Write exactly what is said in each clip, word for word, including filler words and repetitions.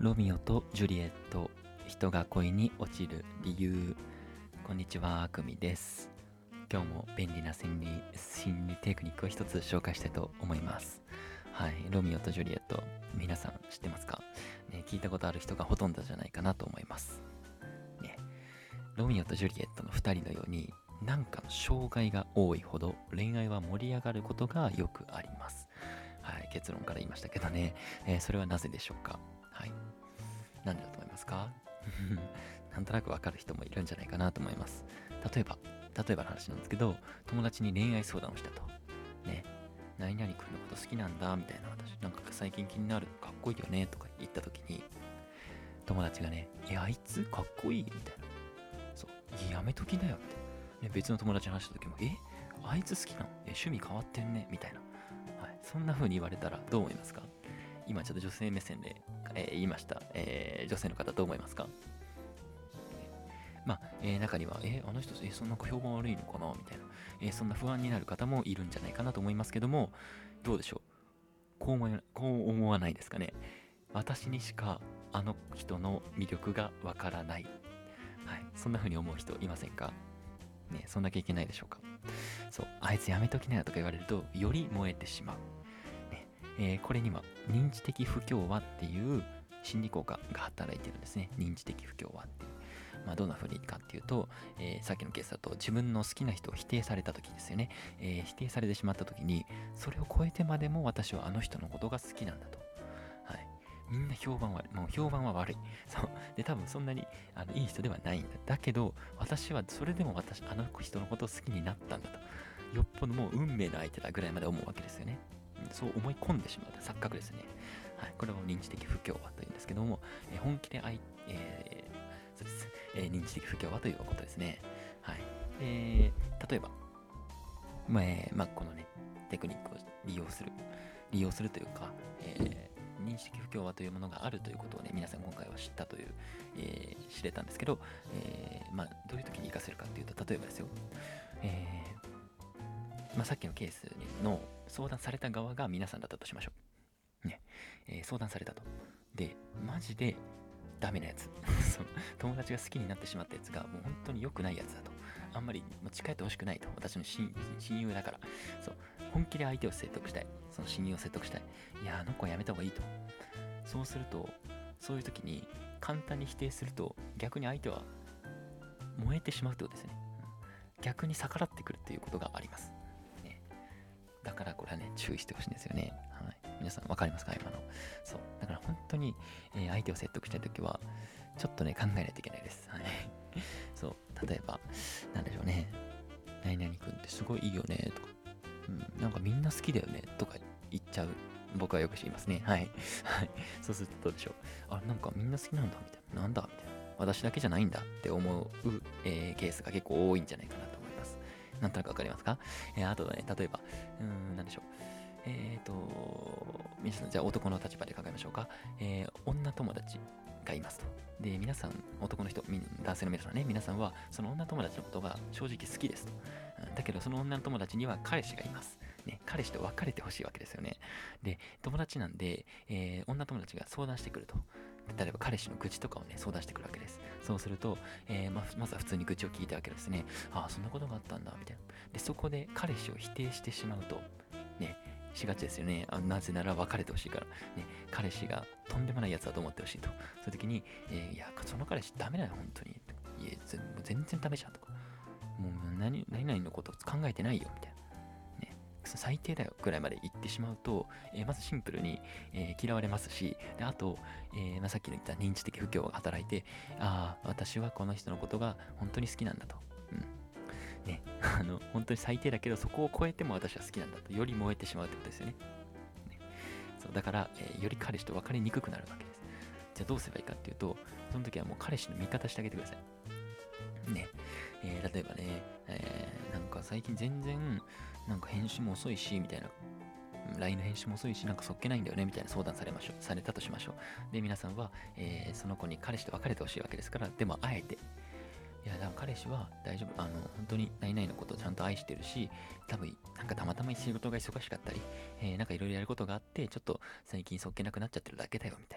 ロミオとジュリエット、人が恋に落ちる理由。こんにちは、あくみです。今日も便利な心理心理テクニックを一つ紹介したいと思います。はい、ロミオとジュリエット、皆さん知ってますか、ね、聞いたことある人がほとんどじゃないかなと思います、ね、ロミオとジュリエットのふたりのように何かの障害が多いほど恋愛は盛り上がることがよくあります。はい、結論から言いましたけどね、えー、それはなぜでしょうか。はい、何だと思いますかなんとなくわかる人もいるんじゃないかなと思います。例えば、例えばの話なんですけど、友達に恋愛相談をしたと。ね、何々君のこと好きなんだみたいな、私なんか最近気になる、かっこいいよねとか言った時に、友達がね、いや、あいつかっこいいみたいな。そう、いや、やめときなよって。ね、別の友達に話した時も、え、あいつ好きなの？え、趣味変わってんねみたいな。はい、そんな風に言われたらどう思いますか？今ちょっと女性目線で、えー言いました、えー女性の方どう思いますか？まあ、えー中には、えーあの人、えーそんな評判悪いのかなみたいな、えーそんな不安になる方もいるんじゃないかなと思いますけども、どうでしょう。こう思いこう思わないですかね。私にしかあの人の魅力がわからない。はい、そんな風に思う人いませんか？ね、そんな経験ないでしょうか。そう、あいつやめときなよとか言われると、より燃えてしまう。ねえーこれには認知的不協和っていう心理効果が働いてるんですね。認知的不協和っていう。まあ、どんな風にかっていうと、えーさっきのケースだと自分の好きな人を否定された時ですよね。えー否定されてしまった時に、それを超えてまでも私はあの人のことが好きなんだと。はい。みんな評判悪い。もう評判は悪い。そう。で、多分そんなにあのいい人ではないんだ。だけど、私はそれでも私、あの人のことを好きになったんだと。よっぽどもう運命の相手だぐらいまで思うわけですよね。そう思い込んでしまう錯覚ですね。はい、これを認知的不協和というんですけども、えー本気で愛、えーそうです、えー認知的不協和ということですね。はい。えー例えば、まあえーまあ、このね、テクニックを利用する、利用するというか、えー認知的不協和というものがあるということをね、皆さん今回は知ったという、えー知れたんですけど、えーまあ、どういう時に活かせるかというと、例えばですよ、えーまあ、さっきのケースの相談された側が皆さんだったとしましょう。ね、えー相談されたと。で、マジでダメなやつ。その友達が好きになってしまったやつがもう本当に良くないやつだと。あんまりもう近寄ってほしくないと。私の親親友だから。そう。本気で相手を説得したい。その親友を説得したい。いや、あの子はやめた方がいいと。そうすると、そういう時に簡単に否定すると逆に相手は燃えてしまうってことですよね。うん、逆に逆らってくるっていうことがあります。ね、だからこれはね、注意してほしいんですよね。はい。皆さん分かりますか今の。そう。だから本当に、えー相手を説得したいときは、ちょっとね、考えないといけないです。はい。そう。例えば、なんでしょうね。何々くんってすごいいいよね、とか。うん、なんかみんな好きだよね、とか言っちゃう。僕はよく知りますね。はい。はい。そうするとどうでしょう。あ、なんかみんな好きなんだ、みたいな。なんだ、みたいな。私だけじゃないんだって思う、えーケースが結構多いんじゃないかなと思います。なんとなくわかりますか？えーあとはね、例えば、うーん、なんでしょう。えーと、皆さん、じゃあ男の立場で考えましょうか。えー女友達がいますと。で、皆さん、男の人、み男性の皆さんね、皆さんは、その女友達のことが正直好きですと。うんだけど、その女友達には彼氏がいます。ね、彼氏と別れてほしいわけですよね。で、友達なんで、えー女友達が相談してくると。例えば彼氏の愚痴とかをね、相談してくるわけです。そうすると、えーままずは普通に愚痴を聞いたわけですね。ああ、そんなことがあったんだ、みたいな。で、そこで彼氏を否定してしまうと、ね、しがちですよね。あなぜなら別れてほしいから。ね、彼氏がとんでもないやつだと思ってほしいと。そういう時に、えーいや、その彼氏ダメだよ、本当に。いや、全然ダメじゃんとか。もう何何々のこと考えてないよ、みたいな。ね、最低だよぐらいまで言ってしまうと、えーまずシンプルに、えー嫌われますし、であと、えーまあ、さっきの言った認知的不協和が働いて、ああ、私はこの人のことが本当に好きなんだと。うんね、あの本当に最低だけどそこを超えても私は好きなんだとより燃えてしまうってことですよね。ね、そうだから、えーより彼氏と別れにくくなるわけです。じゃあどうすればいいかっていうと、その時はもう彼氏の味方してあげてください。ね、えー例えばね、えーなんか最近全然なんか返信も遅いしみたいな、ライン の返信も遅いし、なんかそっけないんだよねみたいな相談されましょう。されたとしましょう。で、皆さんは、えーその子に彼氏と別れてほしいわけですから、でもあえて、いや、だから彼氏は大丈夫。あの、本当に何々のことをちゃんと愛してるし、多分、なんかたまたま仕事が忙しかったり、えーなんかいろいろやることがあって、ちょっと最近そっけなくなっちゃってるだけだよ、みたいな。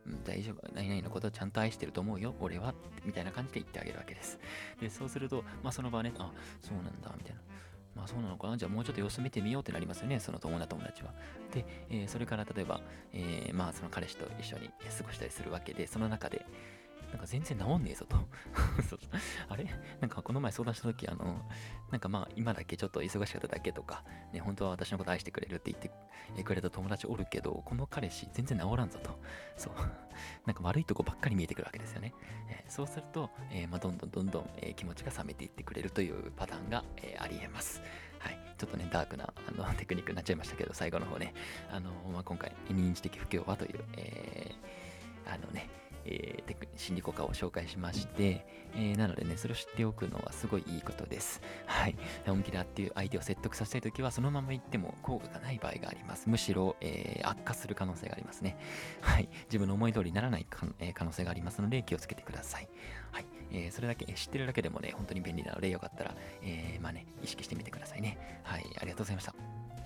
うん、大丈夫、何々のことをちゃんと愛してると思うよ、俺は、みたいな感じで言ってあげるわけです。で、そうすると、まあその場はね、あ、そうなんだ、みたいな。まあそうなのかな、じゃあもうちょっと様子見てみようってなりますよね、その友達友達は。で、えーそれから例えば、えーまあその彼氏と一緒に過ごしたりするわけで、その中で、なんか全然治んねえぞと。そうあれなんかこの前相談した時、あの、なんかまあ今だけちょっと忙しかっただけとか、ね、本当は私のこと愛してくれるって言ってくれた友達おるけど、この彼氏全然治らんぞと。そう。なんか悪いとこばっかり見えてくるわけですよね。えーそうすると、えーまあ、どんどんどんどん、えー気持ちが冷めていってくれるというパターンが、えーありえます。はい。ちょっとね、ダークなあのテクニックになっちゃいましたけど、最後の方ね、あのまあ、今回、認知的不協和という、えーあのね、えーテク心理効果を紹介しまして、えーなのでね、それを知っておくのはすごいいいことです。はい。本気だっていう相手を説得させたいときは、そのまま言っても効果がない場合があります。むしろ、えー悪化する可能性がありますね。はい。自分の思い通りにならないか、えー可能性がありますので、気をつけてください。はい。えーそれだけ、知ってるだけでもね、本当に便利なので、よかったら、えーまあね、意識してみてくださいね。はい。ありがとうございました。